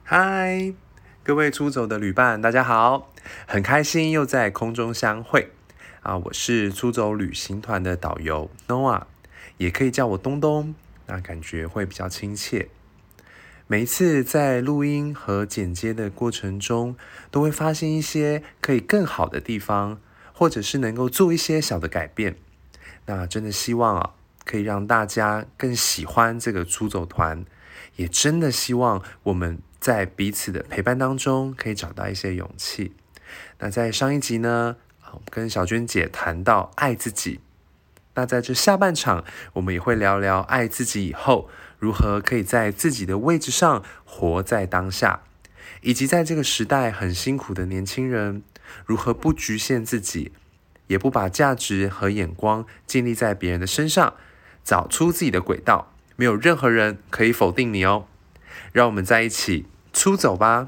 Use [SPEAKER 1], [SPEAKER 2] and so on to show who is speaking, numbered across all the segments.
[SPEAKER 1] 嗨，各位出走的旅伴，大家好，很开心又在空中相会我是出走旅行团的导游 Noah， 也可以叫我东东，那感觉会比较亲切。每一次在录音和剪接的过程中，都会发现一些可以更好的地方，或者是能够做一些小的改变。那真的希望可以让大家更喜欢这个出走团，也真的希望我们在彼此的陪伴当中可以找到一些勇气。那在上一集呢，我们跟小娟姐谈到爱自己。那在这下半场，我们也会聊聊爱自己以后，如何可以在自己的位置上活在当下，以及在这个时代很辛苦的年轻人，如何不局限自己，也不把价值和眼光建立在别人的身上，找出自己的轨道，没有任何人可以否定你哦。让我们在一起出走吧。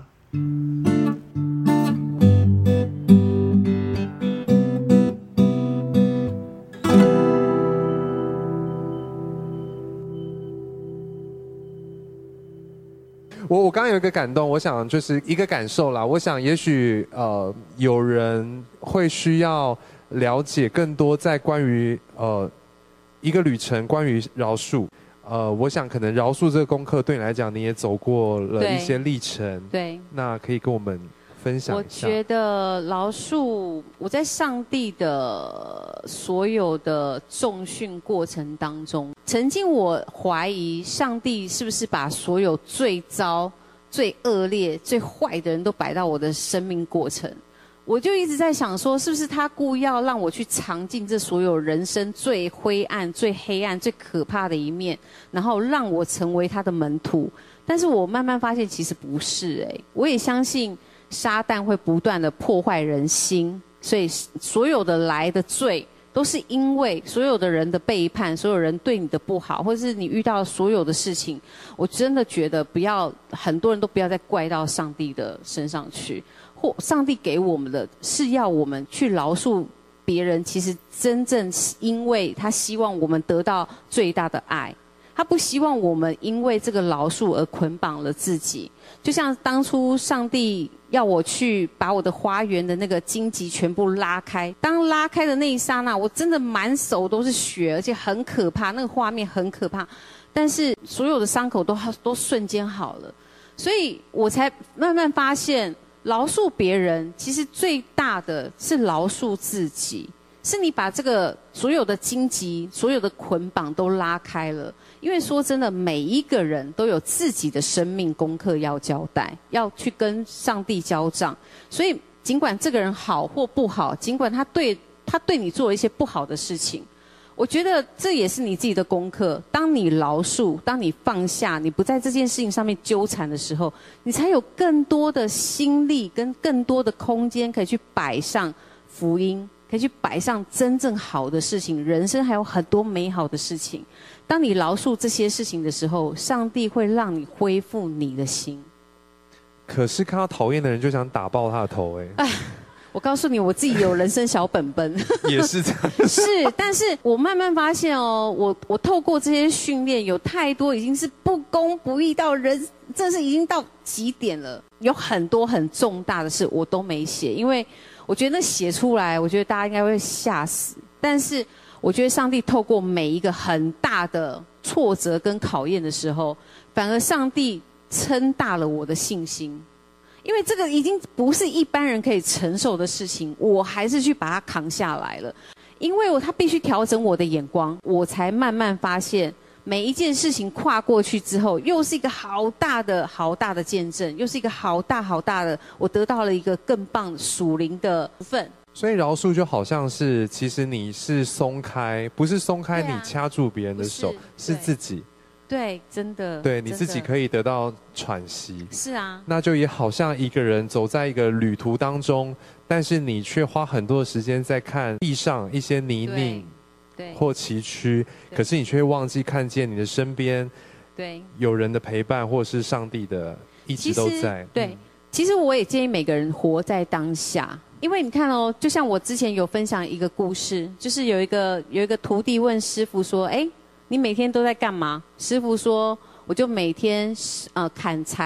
[SPEAKER 2] 我刚刚有一个感动，我想就是一个感受啦。我想也许有人会需要了解更多在关于一个旅程，关于饶恕。我想可能饶恕这个功课对你来讲，你也走过了一些历程。
[SPEAKER 3] 对，
[SPEAKER 2] 那可以跟我们分享一下。
[SPEAKER 3] 我觉得饶恕，我在上帝的所有的重训过程当中，曾经我怀疑上帝是不是把所有最糟、最恶劣、最坏的人都摆到我的生命过程。我就一直在想说，是不是他故意要让我去尝尽这所有人生最灰暗、最黑暗、最可怕的一面，然后让我成为他的门徒。但是我慢慢发现，其实不是我也相信撒旦会不断的破坏人心，所以所有的来的罪，都是因为所有的人的背叛，所有人对你的不好，或者是你遇到所有的事情，我真的觉得不要，很多人都不要再怪到上帝的身上去。或上帝给我们的是要我们去饶恕别人，其实真正因为他希望我们得到最大的爱，他不希望我们因为这个饶恕而捆绑了自己。就像当初上帝要我去把我的花园的那个荆棘全部拉开，当拉开的那一刹那，我真的满手都是血，而且很可怕，那个画面很可怕，但是所有的伤口都瞬间好了。所以我才慢慢发现，饶恕别人其实最大的是饶恕自己，是你把这个所有的荆棘、所有的捆绑都拉开了。因为说真的，每一个人都有自己的生命功课要交代，要去跟上帝交账。所以尽管这个人好或不好，尽管他对你做了一些不好的事情，我觉得这也是你自己的功课。当你饶恕，当你放下，你不在这件事情上面纠缠的时候，你才有更多的心力跟更多的空间可以去摆上福音，可以去摆上真正好的事情。人生还有很多美好的事情，当你饶恕这些事情的时候，上帝会让你恢复你的心。
[SPEAKER 2] 可是看到讨厌的人就想打爆他的头
[SPEAKER 3] 我告诉你，我自己有人生小本本
[SPEAKER 2] 也是这样
[SPEAKER 3] 是，但是我慢慢发现我透过这些训练，有太多已经是不公不义到人，这是已经到极点了。有很多很重大的事我都没写，因为我觉得那写出来，我觉得大家应该会吓死。但是我觉得上帝透过每一个很大的挫折跟考验的时候，反而上帝撑大了我的信心。因为这个已经不是一般人可以承受的事情，我还是去把它扛下来了。因为他必须调整我的眼光，我才慢慢发现，每一件事情跨过去之后，又是一个好大的见证，又是一个好大的，我得到了一个更棒属灵的部分。
[SPEAKER 2] 所以饶恕就好像是，其实你是松开，不是松开你掐住别人的手，是自己。
[SPEAKER 3] 对，真的。
[SPEAKER 2] 对，你自己可以得到喘息。
[SPEAKER 3] 是啊。
[SPEAKER 2] 那就也好像一个人走在一个旅途当中，但是你却花很多的时间在看地上一些泥泞，
[SPEAKER 3] 对，
[SPEAKER 2] 或崎岖，可是你却忘记看见你的身边，
[SPEAKER 3] 对，
[SPEAKER 2] 有人的陪伴，或是上帝的一直都在。
[SPEAKER 3] 对，其实我也建议每个人活在当下。因为你看就像我之前有分享一个故事，就是有一个徒弟问师父说：“你每天都在干嘛？”师父说：“我就每天砍柴、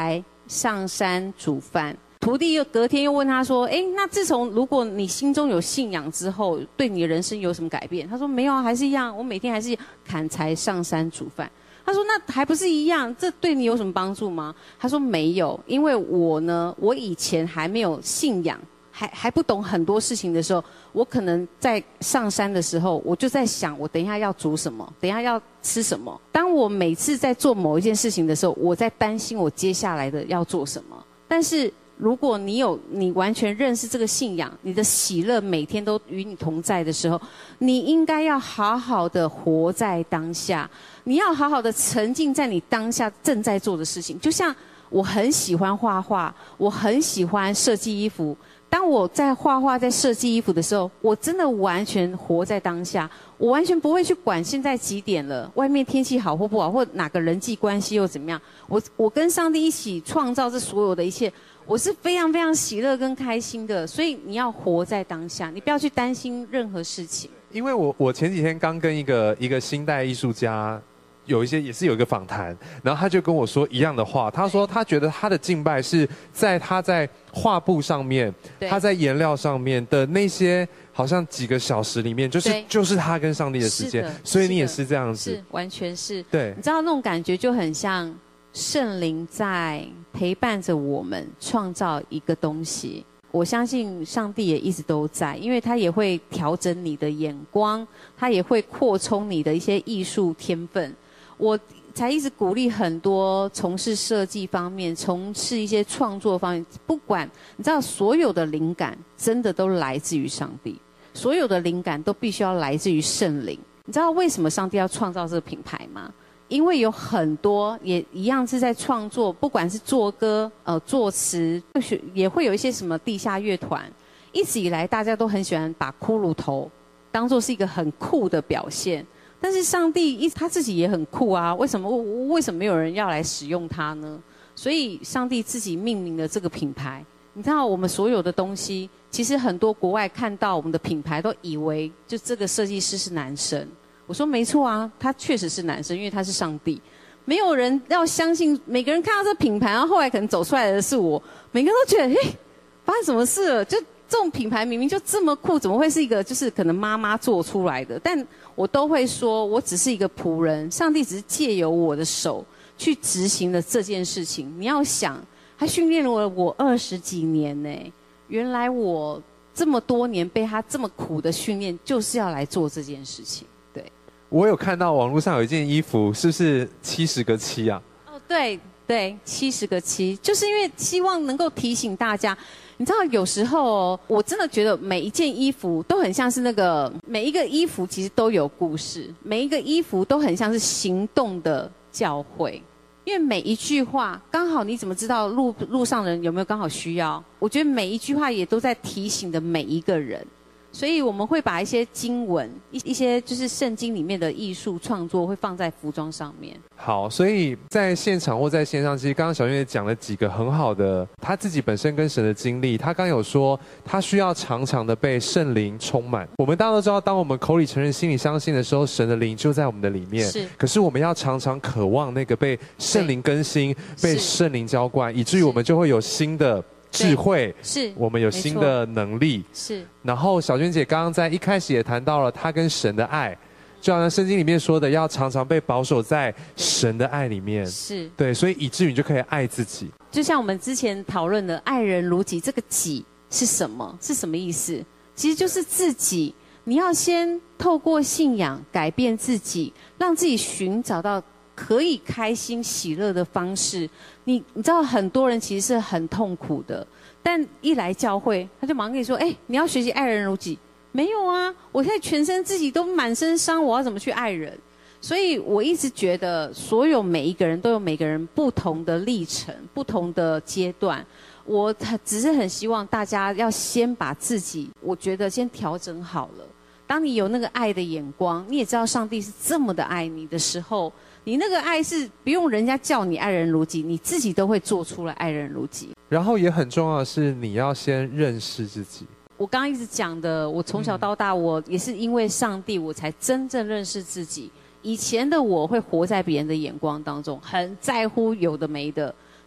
[SPEAKER 3] 上山煮饭。徒弟又隔天又问他说：“哎，那自从如果你心中有信仰之后，对你的人生有什么改变？”他说：“没有啊，还是一样，我每天还是砍柴上山煮饭。”他说：“那还不是一样？这对你有什么帮助吗？”他说：“没有，因为我以前还没有信仰，还不懂很多事情的时候，我可能在上山的时候，我就在想，我等一下要煮什么，等一下要吃什么。当我每次在做某一件事情的时候，我在担心我接下来的要做什么。但是如果你完全认识这个信仰，你的喜乐每天都与你同在的时候，你应该要好好的活在当下，你要好好的沉浸在你当下正在做的事情。就像我很喜欢画画，我很喜欢设计衣服。当我在画画、在设计衣服的时候，我真的完全活在当下，我完全不会去管现在几点了，外面天气好或不好，或哪个人际关系又怎么样。我跟上帝一起创造这所有的一切，我是非常非常喜乐跟开心的。所以你要活在当下，你不要去担心任何事情。
[SPEAKER 2] 因为我前几天刚跟一个新代艺术家也是有一个访谈，然后他就跟我说一样的话。他说他觉得他的敬拜是他在画布上面，他在颜料上面的那些好像几个小时里面，就是他跟上帝的时间。所以你也是这样子，
[SPEAKER 3] 是完全是。
[SPEAKER 2] 对，
[SPEAKER 3] 你知道那种感觉就很像圣灵在陪伴着我们创造一个东西。我相信上帝也一直都在，因为他也会调整你的眼光，他也会扩充你的一些艺术天分。我才一直鼓励很多从事设计方面、从事一些创作方面，不管你知道，所有的灵感真的都来自于上帝，所有的灵感都必须要来自于圣灵。你知道为什么上帝要创造这个品牌吗？因为有很多也一样是在创作，不管是作歌、作词，也会有一些什么地下乐团。一直以来，大家都很喜欢把骷髅头当作是一个很酷的表现。但是上帝他自己也很酷啊，为什么没有人要来使用它呢？所以上帝自己命名了这个品牌。你知道我们所有的东西，其实很多国外看到我们的品牌都以为就这个设计师是男生。我说没错啊，他确实是男生，因为他是上帝。没有人要相信，每个人看到这个品牌，然后后来可能走出来的是我，每个人都觉得发生什么事了？就这种品牌明明就这么酷，怎么会是一个就是可能妈妈做出来的？但我都会说，我只是一个仆人，上帝只是借由我的手去执行了这件事情。你要想，他训练了我20几年呢，原来我这么多年被他这么苦的训练，就是要来做这件事情。对，
[SPEAKER 2] 我有看到网络上有一件衣服，是不是70个7啊？
[SPEAKER 3] 哦，对，70个7，就是因为希望能够提醒大家。你知道有时候我真的觉得每一件衣服都很像是每一个衣服其实都有故事，每一个衣服都很像是行动的教诲。因为每一句话刚好你怎么知道路上的人有没有刚好需要？我觉得每一句话也都在提醒的每一个人。所以我们会把一些经文、一些就是圣经里面的艺术创作，会放在服装上面。
[SPEAKER 2] 好，所以在现场或在线上，其实刚刚小娟也讲了几个很好的他自己本身跟神的经历。他刚有说，他需要常常的被圣灵充满。我们大家都知道，当我们口里承认、心里相信的时候，神的灵就在我们的里面。
[SPEAKER 3] 是。
[SPEAKER 2] 可是我们要常常渴望那个被圣灵更新、被圣灵浇灌，以至于我们就会有新的智慧，
[SPEAKER 3] 是
[SPEAKER 2] 我们有新的能力，
[SPEAKER 3] 是。
[SPEAKER 2] 然后小娟姐刚刚在一开始也谈到了她跟神的爱，就好像圣经里面说的，要常常被保守在神的爱里面，
[SPEAKER 3] 是
[SPEAKER 2] 对，所以以至于你就可以爱自己。
[SPEAKER 3] 就像我们之前讨论的爱人如己，这个己是什么？是什么意思？其实就是自己，你要先透过信仰改变自己，让自己寻找到可以开心喜乐的方式。你知道很多人其实是很痛苦的，但一来教会他就马上跟你说，你要学习爱人如己。没有啊，我现在全身自己都满身伤，我要怎么去爱人？所以我一直觉得每一个人都有每个人不同的历程，不同的阶段。我只是很希望大家要先把自己，我觉得先调整好了。当你有那个爱的眼光，你也知道上帝是这么的爱你的时候，你那个爱是不用人家叫你爱人如己，你自己都会做出来爱人如己。
[SPEAKER 2] 然后也很重要的是，你要先认识自己。
[SPEAKER 3] 我刚刚一直讲的，我从小到大，我也是因为上帝，我才真正认识自己。以前的我会活在别人的眼光当中，很在乎有的没的。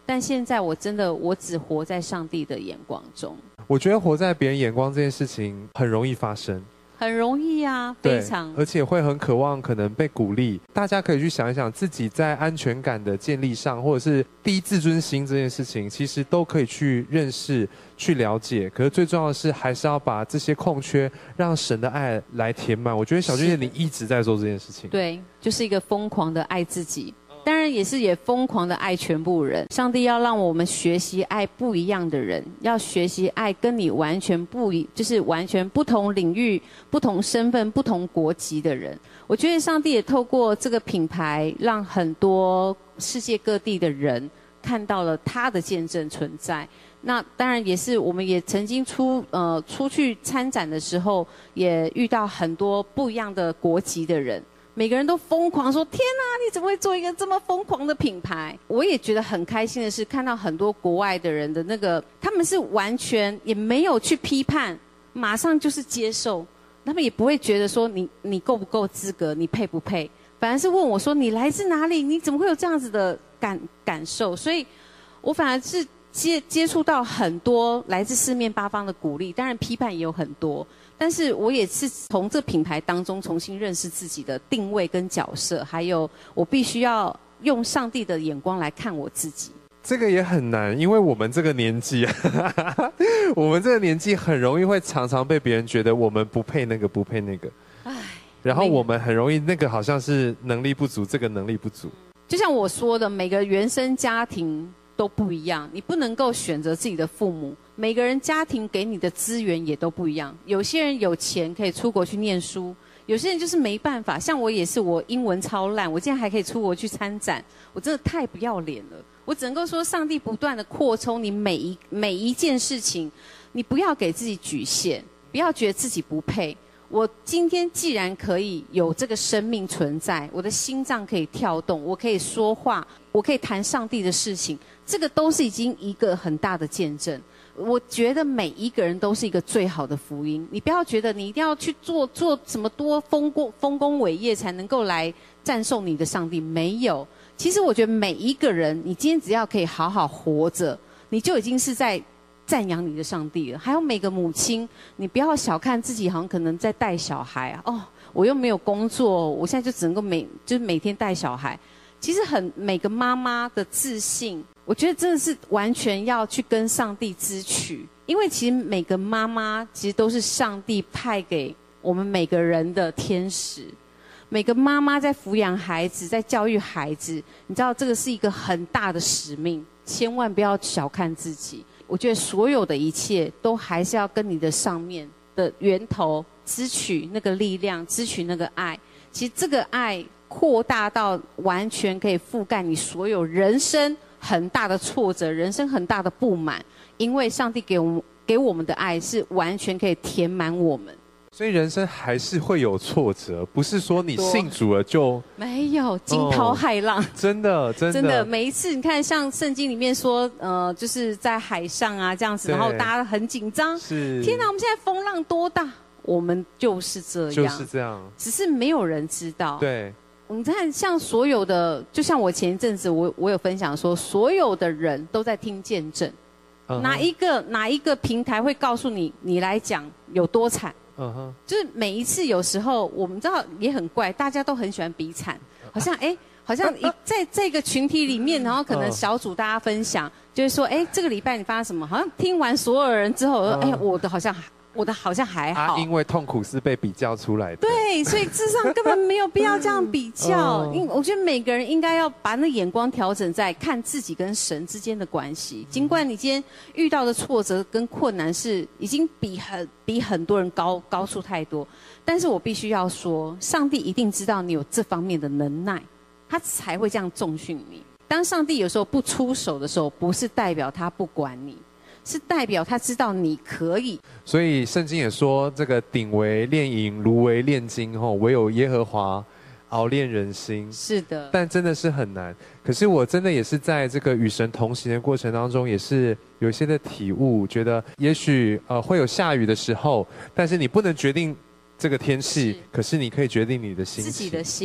[SPEAKER 3] 但现在我真的我只活在上帝的眼光中。
[SPEAKER 2] 我觉得活在别人眼光这件事情很容易发生。
[SPEAKER 3] 很容易啊，非常，
[SPEAKER 2] 而且会很渴望可能被鼓励。大家可以去想一想，自己在安全感的建立上，或者是第一自尊心这件事情，其实都可以去认识、去了解。可是最重要的是，还是要把这些空缺让神的爱来填满。我觉得小娟姐你一直在做这件事情。
[SPEAKER 3] 对，就是一个疯狂的爱自己。当然也疯狂的爱全部人。上帝要让我们学习爱不一样的人，要学习爱跟你完全就是完全不同领域、不同身份、不同国籍的人。我觉得上帝也透过这个品牌，让很多世界各地的人看到了他的见证存在。那当然也是，我们也曾经出去参展的时候，也遇到很多不一样的国籍的人。每个人都疯狂说：“天哪，你怎么会做一个这么疯狂的品牌？”我也觉得很开心的是，看到很多国外的人的那个，他们是完全也没有去批判，马上就是接受，他们也不会觉得说你够不够资格，你配不配，反而是问我说：“你来自哪里？你怎么会有这样子的感受？”所以，我反而是接触到很多来自四面八方的鼓励，当然批判也有很多。但是我也是从这品牌当中重新认识自己的定位跟角色，还有我必须要用上帝的眼光来看我自己。
[SPEAKER 2] 这个也很难，因为我们这个年纪，我们这个年纪很容易会常常被别人觉得我们不配那个，不配那个。然后我们很容易那个好像是能力不足，这个能力不足。
[SPEAKER 3] 就像我说的，每个原生家庭都不一样，你不能够选择自己的父母。每个人家庭给你的资源也都不一样，有些人有钱可以出国去念书，有些人就是没办法。像我也是，我英文超烂，我竟然还可以出国去参展，我真的太不要脸了。我只能够说，上帝不断的扩充你每一件事情，你不要给自己局限，不要觉得自己不配。我今天既然可以有这个生命存在，我的心脏可以跳动，我可以说话，我可以谈上帝的事情，这个都是已经一个很大的见证。我觉得每一个人都是一个最好的福音，你不要觉得你一定要去做什么多丰功伟业才能够来赞颂你的上帝，没有。其实我觉得每一个人，你今天只要可以好好活着，你就已经是在赞扬你的上帝了。还有每个母亲，你不要小看自己，好像可能在带小孩啊。哦，我又没有工作，我现在就只能够每天带小孩。其实每个妈妈的自信，我觉得真的是完全要去跟上帝支取，因为其实每个妈妈其实都是上帝派给我们每个人的天使。每个妈妈在抚养孩子，在教育孩子，你知道这个是一个很大的使命，千万不要小看自己。我觉得所有的一切都还是要跟你的上面的源头支取那个力量，支取那个爱。其实这个爱扩大到完全可以覆盖你所有人生很大的挫折，人生很大的不满，因为上帝给我们的爱是完全可以填满我们。
[SPEAKER 2] 所以人生还是会有挫折，不是说你信主了就
[SPEAKER 3] 没有惊涛骇浪。
[SPEAKER 2] 真的，
[SPEAKER 3] 每一次你看，像圣经里面说，就是在海上啊这样子，然后大家很紧张，
[SPEAKER 2] 是
[SPEAKER 3] 天哪，我们现在风浪多大？我们就是这样，只是没有人知道。
[SPEAKER 2] 对。
[SPEAKER 3] 我们看，像所有的，就像我前一阵子我有分享说，所有的人都在听见证，哪一个平台会告诉你来讲有多惨？就是每一次有时候我们知道也很怪，大家都很喜欢比惨，好像在这个群体里面，然后可能小组大家分享，就是说这个礼拜你发生什么？好像听完所有人之后，我的好像还好。
[SPEAKER 2] 因为痛苦是被比较出来的。
[SPEAKER 3] 对，所以事实上根本没有必要这样比较。我觉得每个人应该要把那眼光调整在看自己跟神之间的关系。尽管你今天遇到的挫折跟困难是已经比很多人高出太多，但是我必须要说，上帝一定知道你有这方面的能耐，他才会这样重训你。当上帝有时候不出手的时候，不是代表他不管你，是代表他知道你可以。
[SPEAKER 2] 所以圣经也说，这个鼎为炼银，炉为炼金，唯有耶和华熬炼人心。
[SPEAKER 3] 是的，
[SPEAKER 2] 但真的是很难。可是我真的也是在这个与神同行的过程当中，也是有一些的体悟，觉得也许会有下雨的时候，但是你不能决定这个天气，可是你可以决定你的心情。
[SPEAKER 3] 自己的心。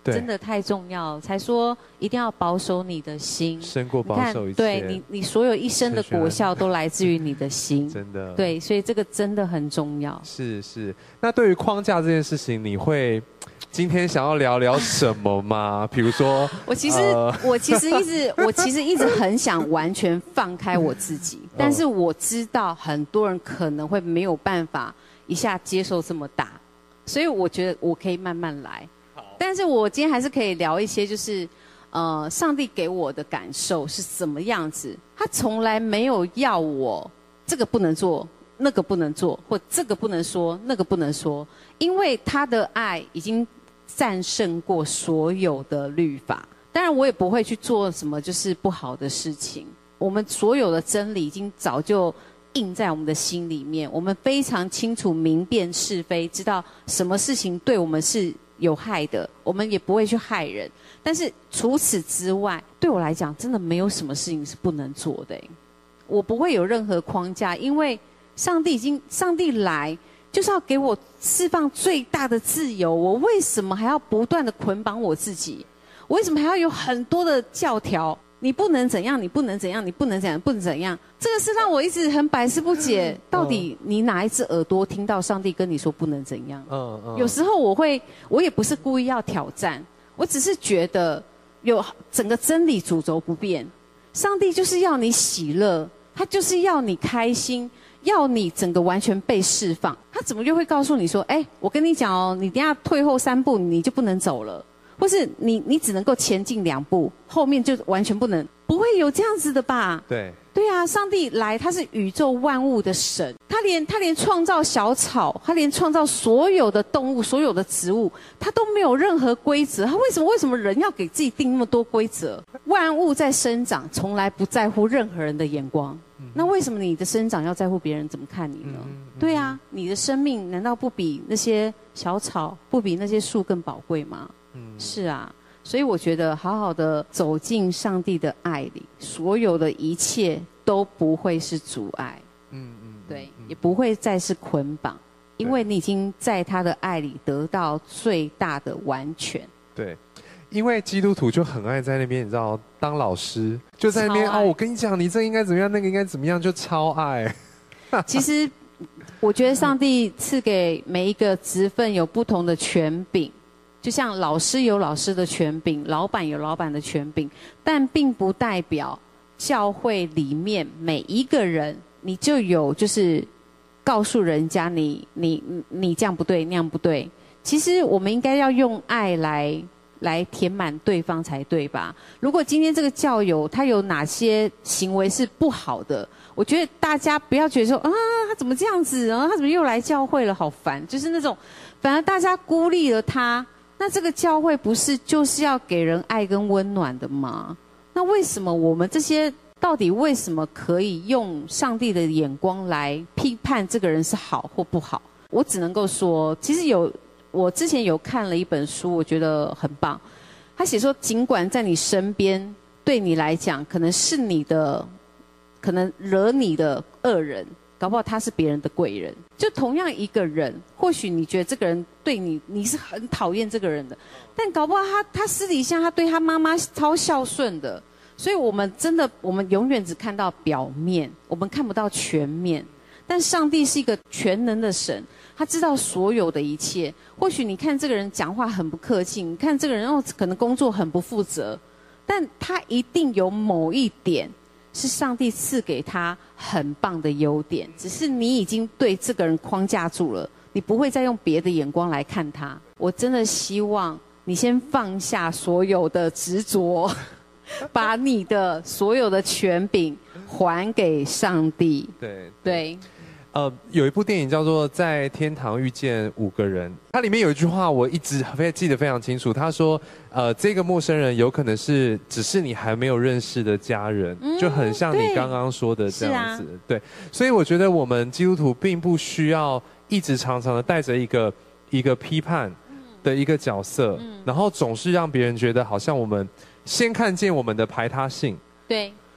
[SPEAKER 3] 真的太重要了，才说一定要保守你的心，
[SPEAKER 2] 胜过保守一切。
[SPEAKER 3] 对你所有一生的果效都来自于你的心，
[SPEAKER 2] 真的。
[SPEAKER 3] 对，所以这个真的很重要。
[SPEAKER 2] 是。那对于框架这件事情，你会今天想要聊聊什么吗？比如说，
[SPEAKER 3] 我其实一直很想完全放开我自己，但是我知道很多人可能会没有办法一下接受这么大，所以我觉得我可以慢慢来。但是我今天还是可以聊一些，就是上帝给我的感受是怎么样子。他从来没有要我这个不能做，那个不能做，或这个不能说，那个不能说，因为他的爱已经战胜过所有的律法。当然，我也不会去做什么就是不好的事情。我们所有的真理已经早就印在我们的心里面，我们非常清楚明辨是非，知道什么事情对我们是有害的，我们也不会去害人。但是除此之外，对我来讲，真的没有什么事情是不能做的。我不会有任何框架，因为上帝来就是要给我释放最大的自由。我为什么还要不断的捆绑我自己？我为什么还要有很多的教条？你不能怎样，你不能怎样，你不能怎样，不能怎样。这个是让我一直很百思不解，到底你哪一只耳朵听到上帝跟你说不能怎样？有时候我也不是故意要挑战，我只是觉得有整个真理主轴不变，上帝就是要你喜乐，他就是要你开心，要你整个完全被释放。他怎么就会告诉你说，我跟你讲哦，你等一下退后3步你就不能走了。或是你只能够前进2步，后面就完全不会有这样子的吧？对啊，上帝来，他是宇宙万物的神，他连创造小草，他连创造所有的动物、所有的植物，他都没有任何规则。他为什么人要给自己定那么多规则？万物在生长，从来不在乎任何人的眼光。那为什么你的生长要在乎别人怎么看你呢？对啊，你的生命难道不比那些小草、不比那些树更宝贵吗？是啊，所以我觉得好好的走进上帝的爱里，所有的一切都不会是阻碍，对，也不会再是捆绑，因为你已经在他的爱里得到最大的完全。
[SPEAKER 2] 对，因为基督徒就很爱在那边，你知道，当老师就在那边我跟你讲，你这应该怎么样，那个应该怎么样，就超爱。
[SPEAKER 3] 其实我觉得上帝赐给每一个职分有不同的权柄。就像老师有老师的权柄，老板有老板的权柄，但并不代表教会里面每一个人你就有就是告诉人家你这样不对那样不对。其实我们应该要用爱来填满对方才对吧？如果今天这个教友他有哪些行为是不好的，我觉得大家不要觉得说他怎么这样子啊，他怎么又来教会了，好烦，就是那种反而大家孤立了他。那这个教会不是就是要给人爱跟温暖的吗？那为什么我们这些到底为什么可以用上帝的眼光来批判这个人是好或不好？我只能够说，其实我之前有看了一本书，我觉得很棒。他写说，尽管在你身边，对你来讲可能是可能惹你的恶人，搞不好他是别人的贵人。就同样一个人，或许你觉得这个人对你是很讨厌这个人的，但搞不好他私底下他对他妈妈超孝顺的。所以我们永远只看到表面，我们看不到全面。但上帝是一个全能的神，他知道所有的一切。或许你看这个人讲话很不客气，你看这个人可能工作很不负责，但他一定有某一点是上帝赐给他很棒的优点，只是你已经对这个人框架住了，你不会再用别的眼光来看他。我真的希望你先放下所有的执着，把你的所有的权柄还给上帝。对。
[SPEAKER 2] 有一部电影叫做《在天堂遇见5个人》，它里面有一句话我一直记得非常清楚。他说，这个陌生人有可能只是你还没有认识的家人，就很像你刚刚说的这样子。对，所以我觉得我们基督徒并不需要一直常常的带着一个批判的一个角色，然后总是让别人觉得好像我们先看见我们的排他性。
[SPEAKER 3] 对。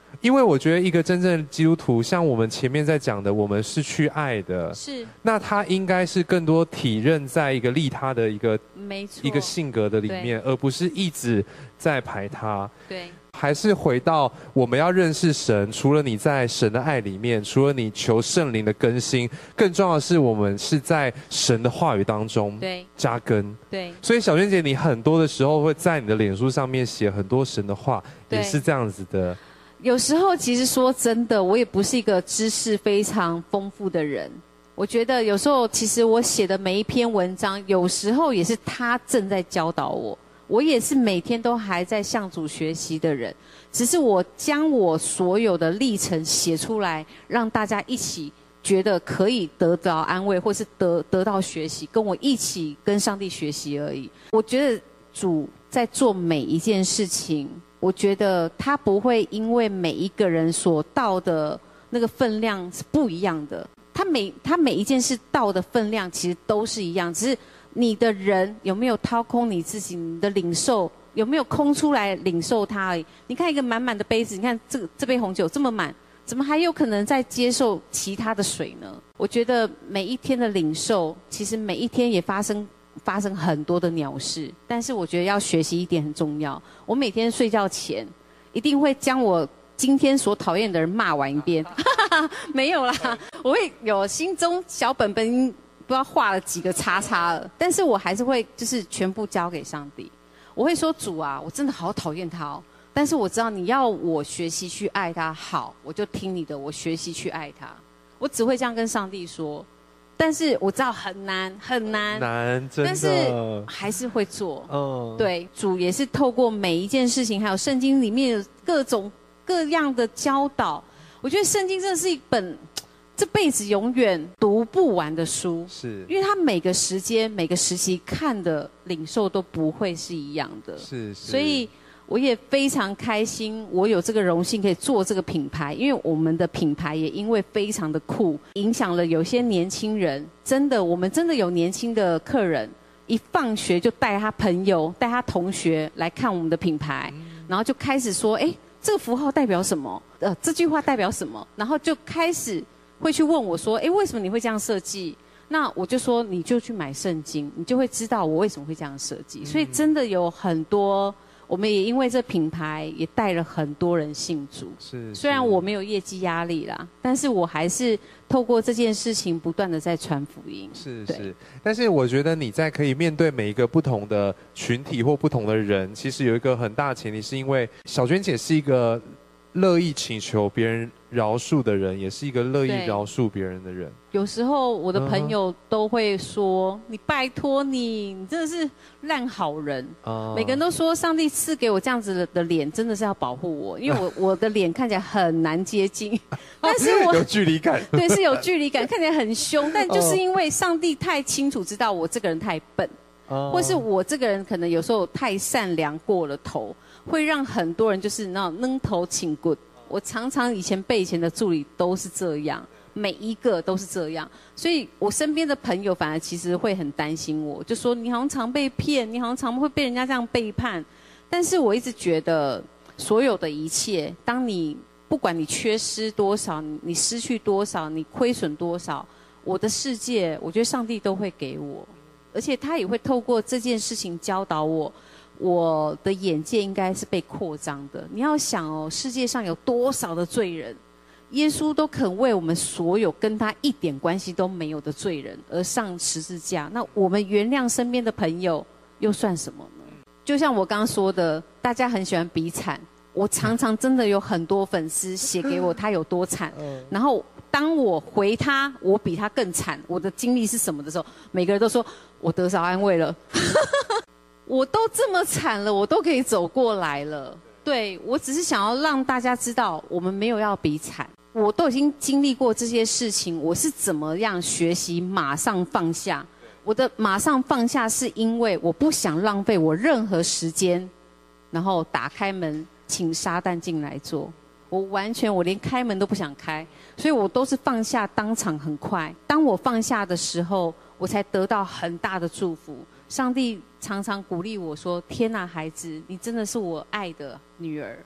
[SPEAKER 2] 因为我觉得一个真正的基督徒，像我们前面在讲的，我们是去爱的，
[SPEAKER 3] 是，
[SPEAKER 2] 那他应该是更多体认在一个利他的
[SPEAKER 3] 没错，
[SPEAKER 2] 一个性格的里面，而不是一直在排他。
[SPEAKER 3] 对。
[SPEAKER 2] 还是回到我们要认识神，除了你在神的爱里面，除了你求圣灵的更新，更重要的是我们是在神的话语当中扎根。
[SPEAKER 3] 对，
[SPEAKER 2] 所以小娟姐，你很多的时候会在你的脸书上面写很多神的话，也是这样子的。
[SPEAKER 3] 有时候其实说真的，我也不是一个知识非常丰富的人。我觉得有时候其实我写的每一篇文章，有时候也是他正在教导我。我也是每天都还在向主学习的人，只是我将我所有的历程写出来，让大家一起觉得可以得到安慰，或是得到学习，跟我一起跟上帝学习而已。我觉得主在做每一件事情，我觉得他不会因为每一个人所到的那个分量是不一样的，他每一件事到的分量其实都是一样，只是你的人有没有掏空你自己，你的领受有没有空出来领受它而已。你看一个满满的杯子，你看这杯红酒这么满，怎么还有可能再接受其他的水呢？我觉得每一天的领受，其实每一天也发生很多的鸟事，但是我觉得要学习一点很重要。我每天睡觉前一定会将我今天所讨厌的人骂完一遍，没有啦，我会有心中小本本。不知道画了几个叉叉了，但是我还是会就是全部交给上帝。我会说主啊，我真的好讨厌他哦，但是我知道你要我学习去爱他，好，我就听你的，我学习去爱他。我只会这样跟上帝说，但是我知道很难，真的，但是还是会做。对，主也是透过每一件事情，还有圣经里面各种各样的教导，我觉得圣经真的是一本这辈子永远读不完的书，
[SPEAKER 2] 是
[SPEAKER 3] 因为他每个时间、每个时期看的领受都不会是一样的，所以我也非常开心，我有这个荣幸可以做这个品牌，因为我们的品牌也因为非常的酷，影响了有些年轻人。真的，我们真的有年轻的客人，一放学就带他朋友、带他同学来看我们的品牌，然后就开始说：“哎，这个符号代表什么？这句话代表什么？”然后就开始会去问我说：“哎，为什么你会这样设计？”那我就说：“你就去买圣经，你就会知道我为什么会这样设计。”所以真的有很多，我们也因为这品牌也带了很多人信主。虽然我没有业绩压力啦，但是我还是透过这件事情不断的在传福音。是。
[SPEAKER 2] 但是我觉得你在可以面对每一个不同的群体或不同的人，其实有一个很大的前提，是因为小娟姐是一个乐意请求别人饶恕的人，也是一个乐意饶恕别人的人。
[SPEAKER 3] 有时候我的朋友都会说：“你拜托你真的是烂好人。”每个人都说上帝赐给我这样子的脸，真的是要保护我，因为我的脸看起来很难接近，但是我
[SPEAKER 2] 有距离感，
[SPEAKER 3] 对，是有距离感，看起来很凶，但就是因为上帝太清楚知道我这个人太笨，或是我这个人可能有时候太善良过了头，会让很多人就是那种扔头请棍。我常常以前的助理都是这样，每一个都是这样，所以我身边的朋友反而其实会很担心我，就说你好像常被骗，你好像常会被人家这样背叛。但是我一直觉得，所有的一切，当你不管你缺失多少，你失去多少，你亏损多少，我的世界，我觉得上帝都会给我，而且他也会透过这件事情教导我。我的眼界应该是被扩张的。你要想哦，世界上有多少的罪人，耶稣都肯为我们所有跟他一点关系都没有的罪人而上十字架。那我们原谅身边的朋友又算什么呢？就像我刚刚说的，大家很喜欢比惨。我常常真的有很多粉丝写给我他有多惨，然后当我回他我比他更惨，我的经历是什么的时候，每个人都说我得着安慰了。我都这么惨了，我都可以走过来了。对，我只是想要让大家知道，我们没有要比惨。我都已经经历过这些事情，我是怎么样学习马上放下。我的马上放下是因为我不想浪费我任何时间，然后打开门请撒旦进来做。我连开门都不想开，所以我都是放下当场很快。当我放下的时候，我才得到很大的祝福。上帝常常鼓励我说：“天哪，孩子，你真的是我爱的女儿。”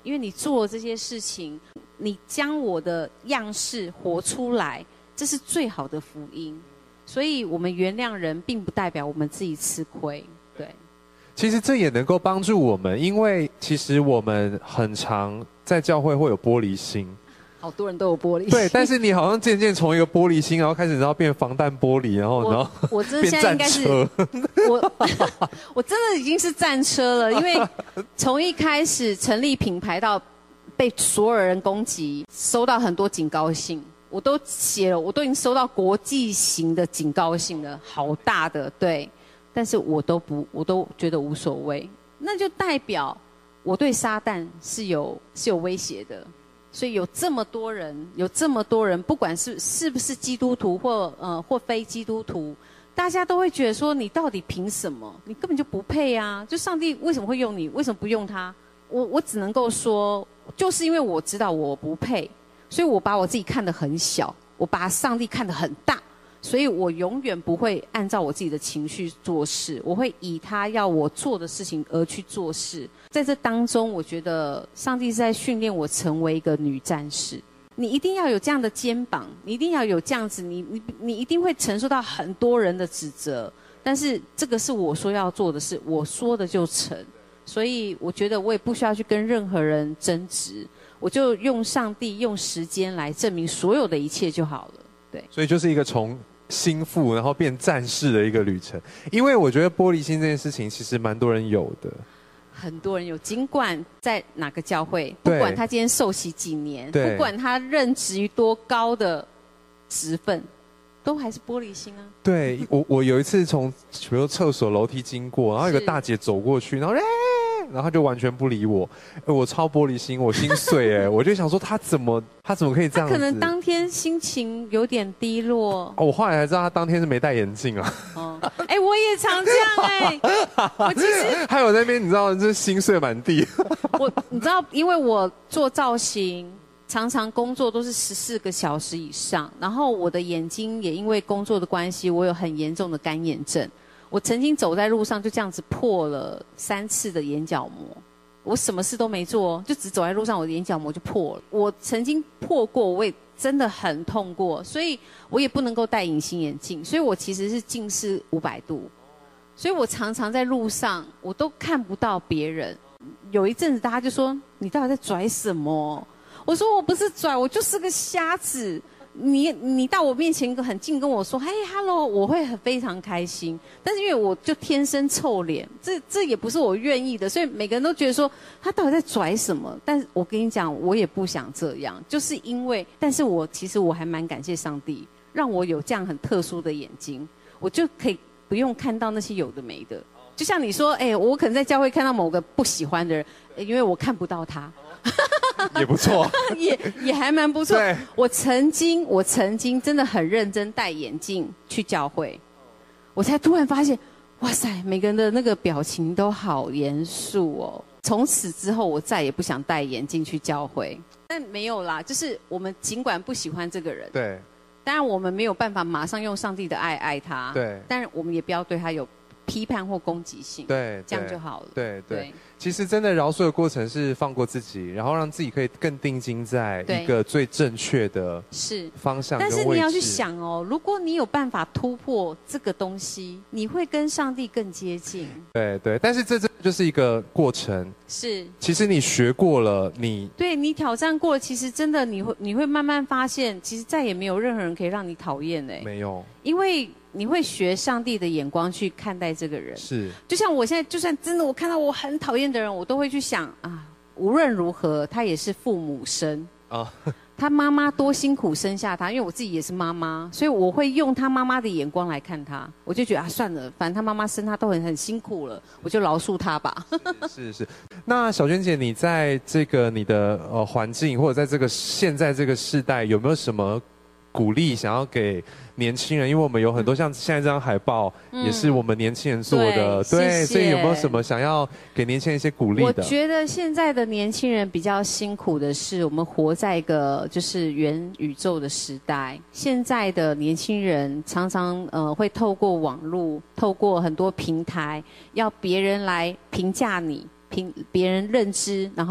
[SPEAKER 3] 因为你做了这些事情，你将我的样式活出来，这是最好的福音。所以我们原谅人，并不代表我们自己吃亏。对，
[SPEAKER 2] 其实这也能够帮助我们，因为其实我们很常在教会会有玻璃心。
[SPEAKER 3] 好多人都有玻璃心。
[SPEAKER 2] 对，但是你好像渐渐从一个玻璃心，然后开始变防弹玻璃，然后
[SPEAKER 3] 我真的现在应该是我真的已经是战车了，因为从一开始成立品牌到被所有人攻击，收到很多警告信，我都写了，我都已经收到国际型的警告信了，好大的，对，但是我都觉得无所谓，那就代表我对撒旦是有威胁的。所以有这么多人，不管是不是基督徒或非基督徒，大家都会觉得说，你到底凭什么？你根本就不配啊！就上帝为什么会用你？为什么不用他？我只能够说，就是因为我知道我不配，所以我把我自己看得很小，我把上帝看得很大，所以我永远不会按照我自己的情绪做事，我会以他要我做的事情而去做事。在这当中，我觉得上帝是在训练我成为一个女战士。你一定要有这样的肩膀，你一定要有这样子，你一定会承受到很多人的指责，但是这个是我说要做的事，我说的就成。所以我觉得我也不需要去跟任何人争执，我就用上帝用时间来证明所有的一切就好了。对，
[SPEAKER 2] 所以就是一个从心腹然后变战士的一个旅程。因为我觉得玻璃心这件事情其实蛮多人有的，
[SPEAKER 3] 很多人有，尽管在哪个教会，不管他今天受洗几年，不管他任职于多高的职分，都还是玻璃心啊。
[SPEAKER 2] 对，我有一次从比如说厕所楼梯经过，然后有个大姐走过去，然后她就完全不理我，我超玻璃心，我心碎我就想说她怎么可以这样子？
[SPEAKER 3] 可能当天心情有点低落。
[SPEAKER 2] 我后来才知道她当天是没戴眼镜啊。
[SPEAKER 3] 我也常这样我其实
[SPEAKER 2] 还有那边你知道，就是心碎满地。
[SPEAKER 3] 你知道，因为我做造型，常常工作都是14个小时以上，然后我的眼睛也因为工作的关系，我有很严重的干眼症。我曾经走在路上就这样子破了3次的眼角膜，我什么事都没做，就只走在路上，我的眼角膜就破了。我曾经破过，我也真的很痛过，所以我也不能够戴隐形眼镜，所以我其实是近视500度，所以我常常在路上我都看不到别人。有一阵子大家就说你到底在拽什么？我说我不是拽，我就是个瞎子。你到我面前很近跟我说嘿 hello， 我会非常开心。但是因为我就天生臭脸，这也不是我愿意的，所以每个人都觉得说他到底在拽什么。但是我跟你讲，我也不想这样，就是因为，但是其实我还蛮感谢上帝，让我有这样很特殊的眼睛，我就可以不用看到那些有的没的。就像你说，我可能在教会看到某个不喜欢的人，因为我看不到他。
[SPEAKER 2] 也不错，
[SPEAKER 3] 也还蛮不错。
[SPEAKER 2] 对，
[SPEAKER 3] 我曾经真的很认真戴眼镜去教会，我才突然发现，哇塞，每个人的那个表情都好严肃哦。从此之后，我再也不想戴眼镜去教会。但没有啦，就是我们尽管不喜欢这个人，
[SPEAKER 2] 对，
[SPEAKER 3] 当然我们没有办法马上用上帝的爱爱他，
[SPEAKER 2] 对，
[SPEAKER 3] 但是我们也不要对他有批判或攻击性，
[SPEAKER 2] 对，
[SPEAKER 3] 这样就好了。
[SPEAKER 2] 对，其实真的饶恕的过程是放过自己，然后让自己可以更定睛在一个最正确的方向跟位置。
[SPEAKER 3] 但是你要去想哦，如果你有办法突破这个东西，你会跟上帝更接近。
[SPEAKER 2] 对，但是这就是一个过程。
[SPEAKER 3] 是，
[SPEAKER 2] 其实你学过了，你
[SPEAKER 3] 挑战过了，其实真的你会慢慢发现，其实再也没有任何人可以让你讨厌
[SPEAKER 2] 没有，
[SPEAKER 3] 因为你会学上帝的眼光去看待这个人。
[SPEAKER 2] 是，
[SPEAKER 3] 就像我现在，就算真的我看到我很讨厌的人，我都会去想啊，无论如何，他也是父母生啊，他妈妈多辛苦生下他，因为我自己也是妈妈，所以我会用他妈妈的眼光来看他，我就觉得啊，算了，反正他妈妈生他都很辛苦了，我就饶恕他吧。
[SPEAKER 2] 是。那小娟姐，你在这个你的环境，或者在这个现在这个世代，有没有什么鼓励想要给年轻人？因为我们有很多像现在这张海报，也是我们年轻人做的，对，所以有没有什么想要给年轻人一些鼓励的？
[SPEAKER 3] 我觉得现在的年轻人比较辛苦的是，我们活在一个就是元宇宙的时代。现在的年轻人常常会透过网络，透过很多平台，要别人来评价你，别人认知，然后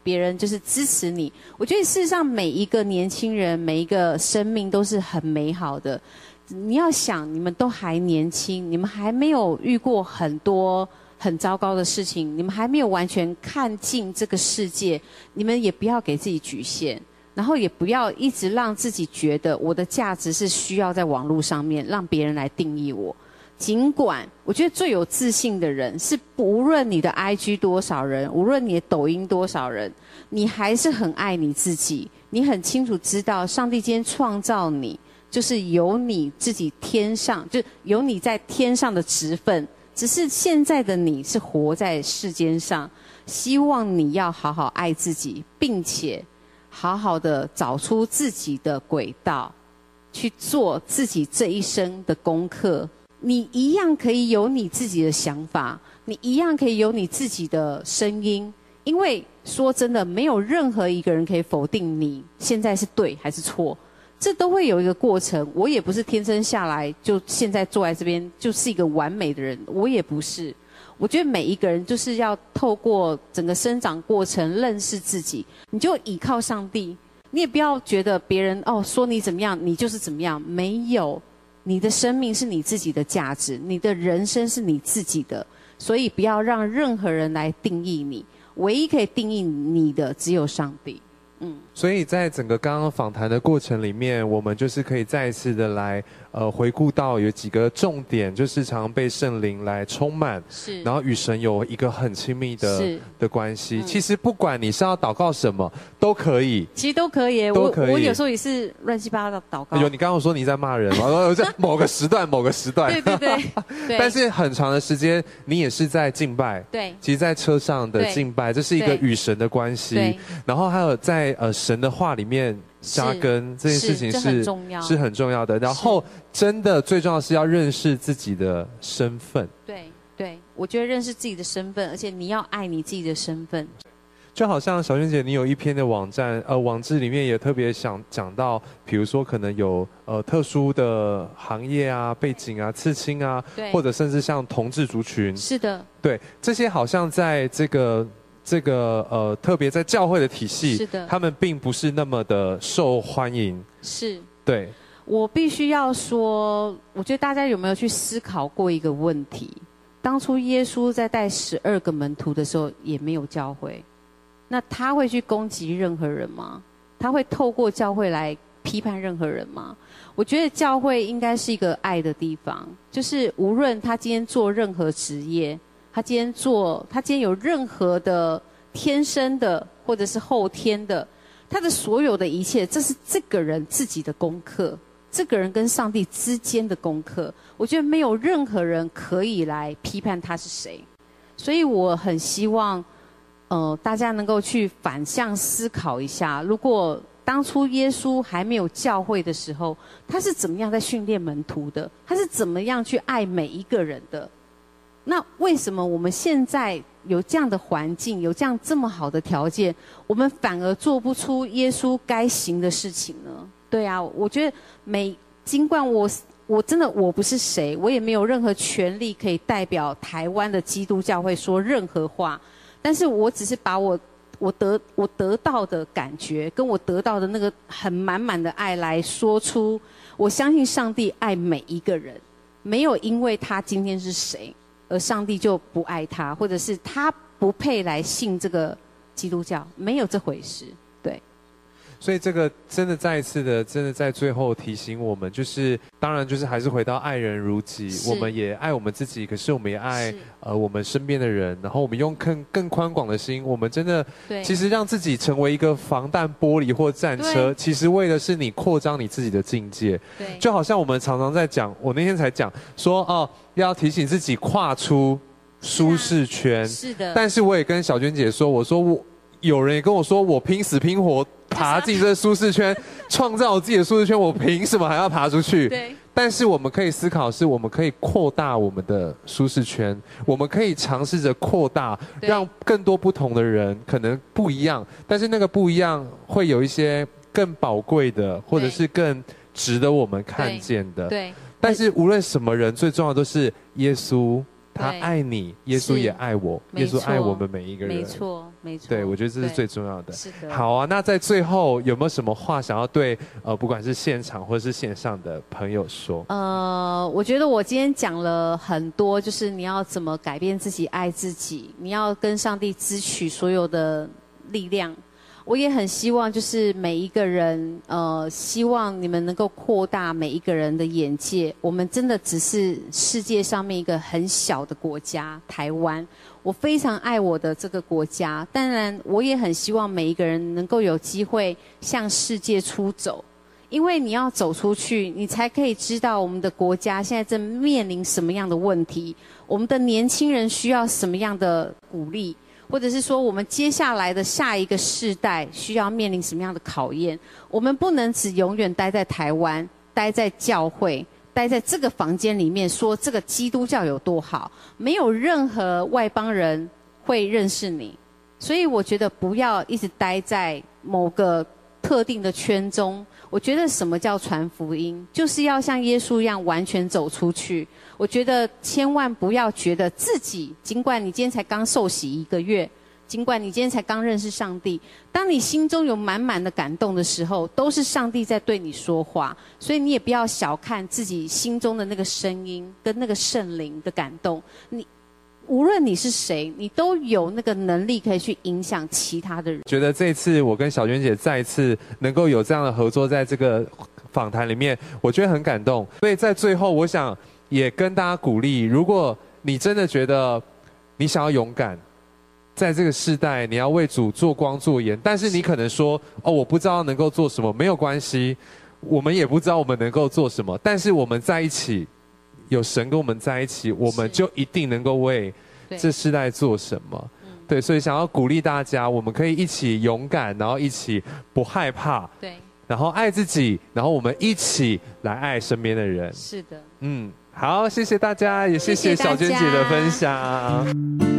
[SPEAKER 3] 别人就是支持你。我觉得事实上每一个年轻人，每一个生命都是很美好的。你要想，你们都还年轻，你们还没有遇过很多很糟糕的事情，你们还没有完全看尽这个世界，你们也不要给自己局限，然后也不要一直让自己觉得我的价值是需要在网络上面让别人来定义我。尽管我觉得最有自信的人是，无论你的 IG 多少人，无论你的抖音多少人，你还是很爱你自己，你很清楚知道上帝今天创造你，就是有你自己天上，就有你在天上的职分，只是现在的你是活在世间上，希望你要好好爱自己，并且好好的找出自己的轨道，去做自己这一生的功课。你一样可以有你自己的想法，你一样可以有你自己的声音，因为说真的，没有任何一个人可以否定你现在是对还是错，这都会有一个过程。我也不是天生下来就现在坐在这边就是一个完美的人，我也不是。我觉得每一个人就是要透过整个生长过程认识自己，你就倚靠上帝，你也不要觉得别人说你怎么样，你就是怎么样，没有。你的生命是你自己的价值，你的人生是你自己的，所以不要让任何人来定义你，唯一可以定义你的只有上帝。
[SPEAKER 2] 所以在整个刚刚访谈的过程里面，我们就是可以再一次的来回顾到有几个重点，就是常常被圣灵来充满，
[SPEAKER 3] 是，
[SPEAKER 2] 然后与神有一个很亲密的关系。其实不管你是要祷告什么，都可以，
[SPEAKER 3] 其实都可以。我有时候也是乱七八糟祷告。
[SPEAKER 2] 你刚刚说你在骂人吗？在某个时段，
[SPEAKER 3] 对。
[SPEAKER 2] 但是很长的时间，你也是在敬拜。
[SPEAKER 3] 对，
[SPEAKER 2] 其实，在车上的敬拜，这是一个与神的关系。然后还有在神的话里面扎根这件事情是很重要的。然后真的最重要的是要认识自己的身份。
[SPEAKER 3] 对，我觉得认识自己的身份，而且你要爱你自己的身份。
[SPEAKER 2] 就好像小娟姐，你有一篇的网志里面也特别想讲到，比如说可能有特殊的行业啊、背景啊、刺青啊，或者甚至像同志族群。
[SPEAKER 3] 是的，
[SPEAKER 2] 对，这些好像在这个特别在教会的体系，
[SPEAKER 3] 是的，
[SPEAKER 2] 他们并不是那么的受欢迎。
[SPEAKER 3] 是，
[SPEAKER 2] 对。
[SPEAKER 3] 我必须要说，我觉得大家有没有去思考过一个问题？当初耶稣在带12个门徒的时候，也没有教会。那他会去攻击任何人吗？他会透过教会来批判任何人吗？我觉得教会应该是一个爱的地方，就是无论他今天做任何职业，他今天有任何的天生的或者是后天的，他的所有的一切，这是这个人自己的功课，这个人跟上帝之间的功课。我觉得没有任何人可以来批判他是谁，所以我很希望大家能够去反向思考一下，如果当初耶稣还没有教会的时候，他是怎么样在训练门徒的？他是怎么样去爱每一个人的？那为什么我们现在有这样的环境，有这么好的条件，我们反而做不出耶稣该行的事情呢？对啊，我觉得尽管我真的我不是谁，我也没有任何权利可以代表台湾的基督教会说任何话。但是我只是把我得到的感觉，跟我得到的那个很满满的爱来说出，我相信上帝爱每一个人，没有因为他今天是谁，而上帝就不爱他，或者是他不配来信这个基督教，没有这回事。对。
[SPEAKER 2] 所以这个真的再一次的，真的在最后提醒我们，就是当然就是还是回到爱人如己，我们也爱我们自己，可是我们也爱我们身边的人，然后我们用更宽广的心，我们真的其实让自己成为一个防弹玻璃或战车，其实为的是你扩张你自己的境界。对，就好像我们常常在讲，我那天才讲说要提醒自己跨出舒适圈。是的。但是我也跟小娟姐说，我说有人也跟我说，我拼死拼活爬进这个舒适圈，创造我自己的舒适圈，我凭什么还要爬出去？对。但是我们可以思考，是我们可以扩大我们的舒适圈，我们可以尝试着扩大，让更多不同的人可能不一样，但是那个不一样会有一些更宝贵的，或者是更值得我们看见的。对。但是无论什么人，最重要的都是耶稣。 他爱你，耶稣也爱我，耶稣爱我们每一个人。
[SPEAKER 3] 没错，没错。
[SPEAKER 2] 对，我觉得这是最重要的。
[SPEAKER 3] 是的。
[SPEAKER 2] 好啊，那在最后有没有什么话想要对不管是现场或者是线上的朋友说？
[SPEAKER 3] 我觉得我今天讲了很多，就是你要怎么改变自己，爱自己，你要跟上帝支取所有的力量。我也很希望，就是每一个人，希望你们能够扩大每一个人的眼界。我们真的只是世界上面一个很小的国家，台湾。我非常爱我的这个国家，当然，我也很希望每一个人能够有机会向世界出走，因为你要走出去，你才可以知道我们的国家现在正面临什么样的问题，我们的年轻人需要什么样的鼓励。或者是说，我们接下来的下一个世代需要面临什么样的考验？我们不能只永远待在台湾，待在教会，待在这个房间里面，说这个基督教有多好，没有任何外邦人会认识你。所以我觉得不要一直待在某个特定的圈中。我觉得什么叫传福音，就是要像耶稣一样完全走出去。我觉得千万不要觉得自己，尽管你今天才刚受洗1个月，尽管你今天才刚认识上帝，当你心中有满满的感动的时候，都是上帝在对你说话。所以你也不要小看自己心中的那个声音跟那个圣灵的感动。无论你是谁，你都有那个能力可以去影响其他的人。
[SPEAKER 2] 觉得这次我跟小娟姐再一次能够有这样的合作，在这个访谈里面，我觉得很感动。所以在最后，我想也跟大家鼓励，如果你真的觉得你想要勇敢，在这个世代你要为主做光做盐，但是你可能说我不知道能够做什么，没有关系，我们也不知道我们能够做什么，但是我们在一起，有神跟我们在一起，我们就一定能够为这世代做什么。对，所以想要鼓励大家，我们可以一起勇敢，然后一起不害怕，
[SPEAKER 3] 对，
[SPEAKER 2] 然后爱自己，然后我们一起来爱身边的人。
[SPEAKER 3] 是的，
[SPEAKER 2] 好，谢谢大家，也谢谢小娟姐的分享。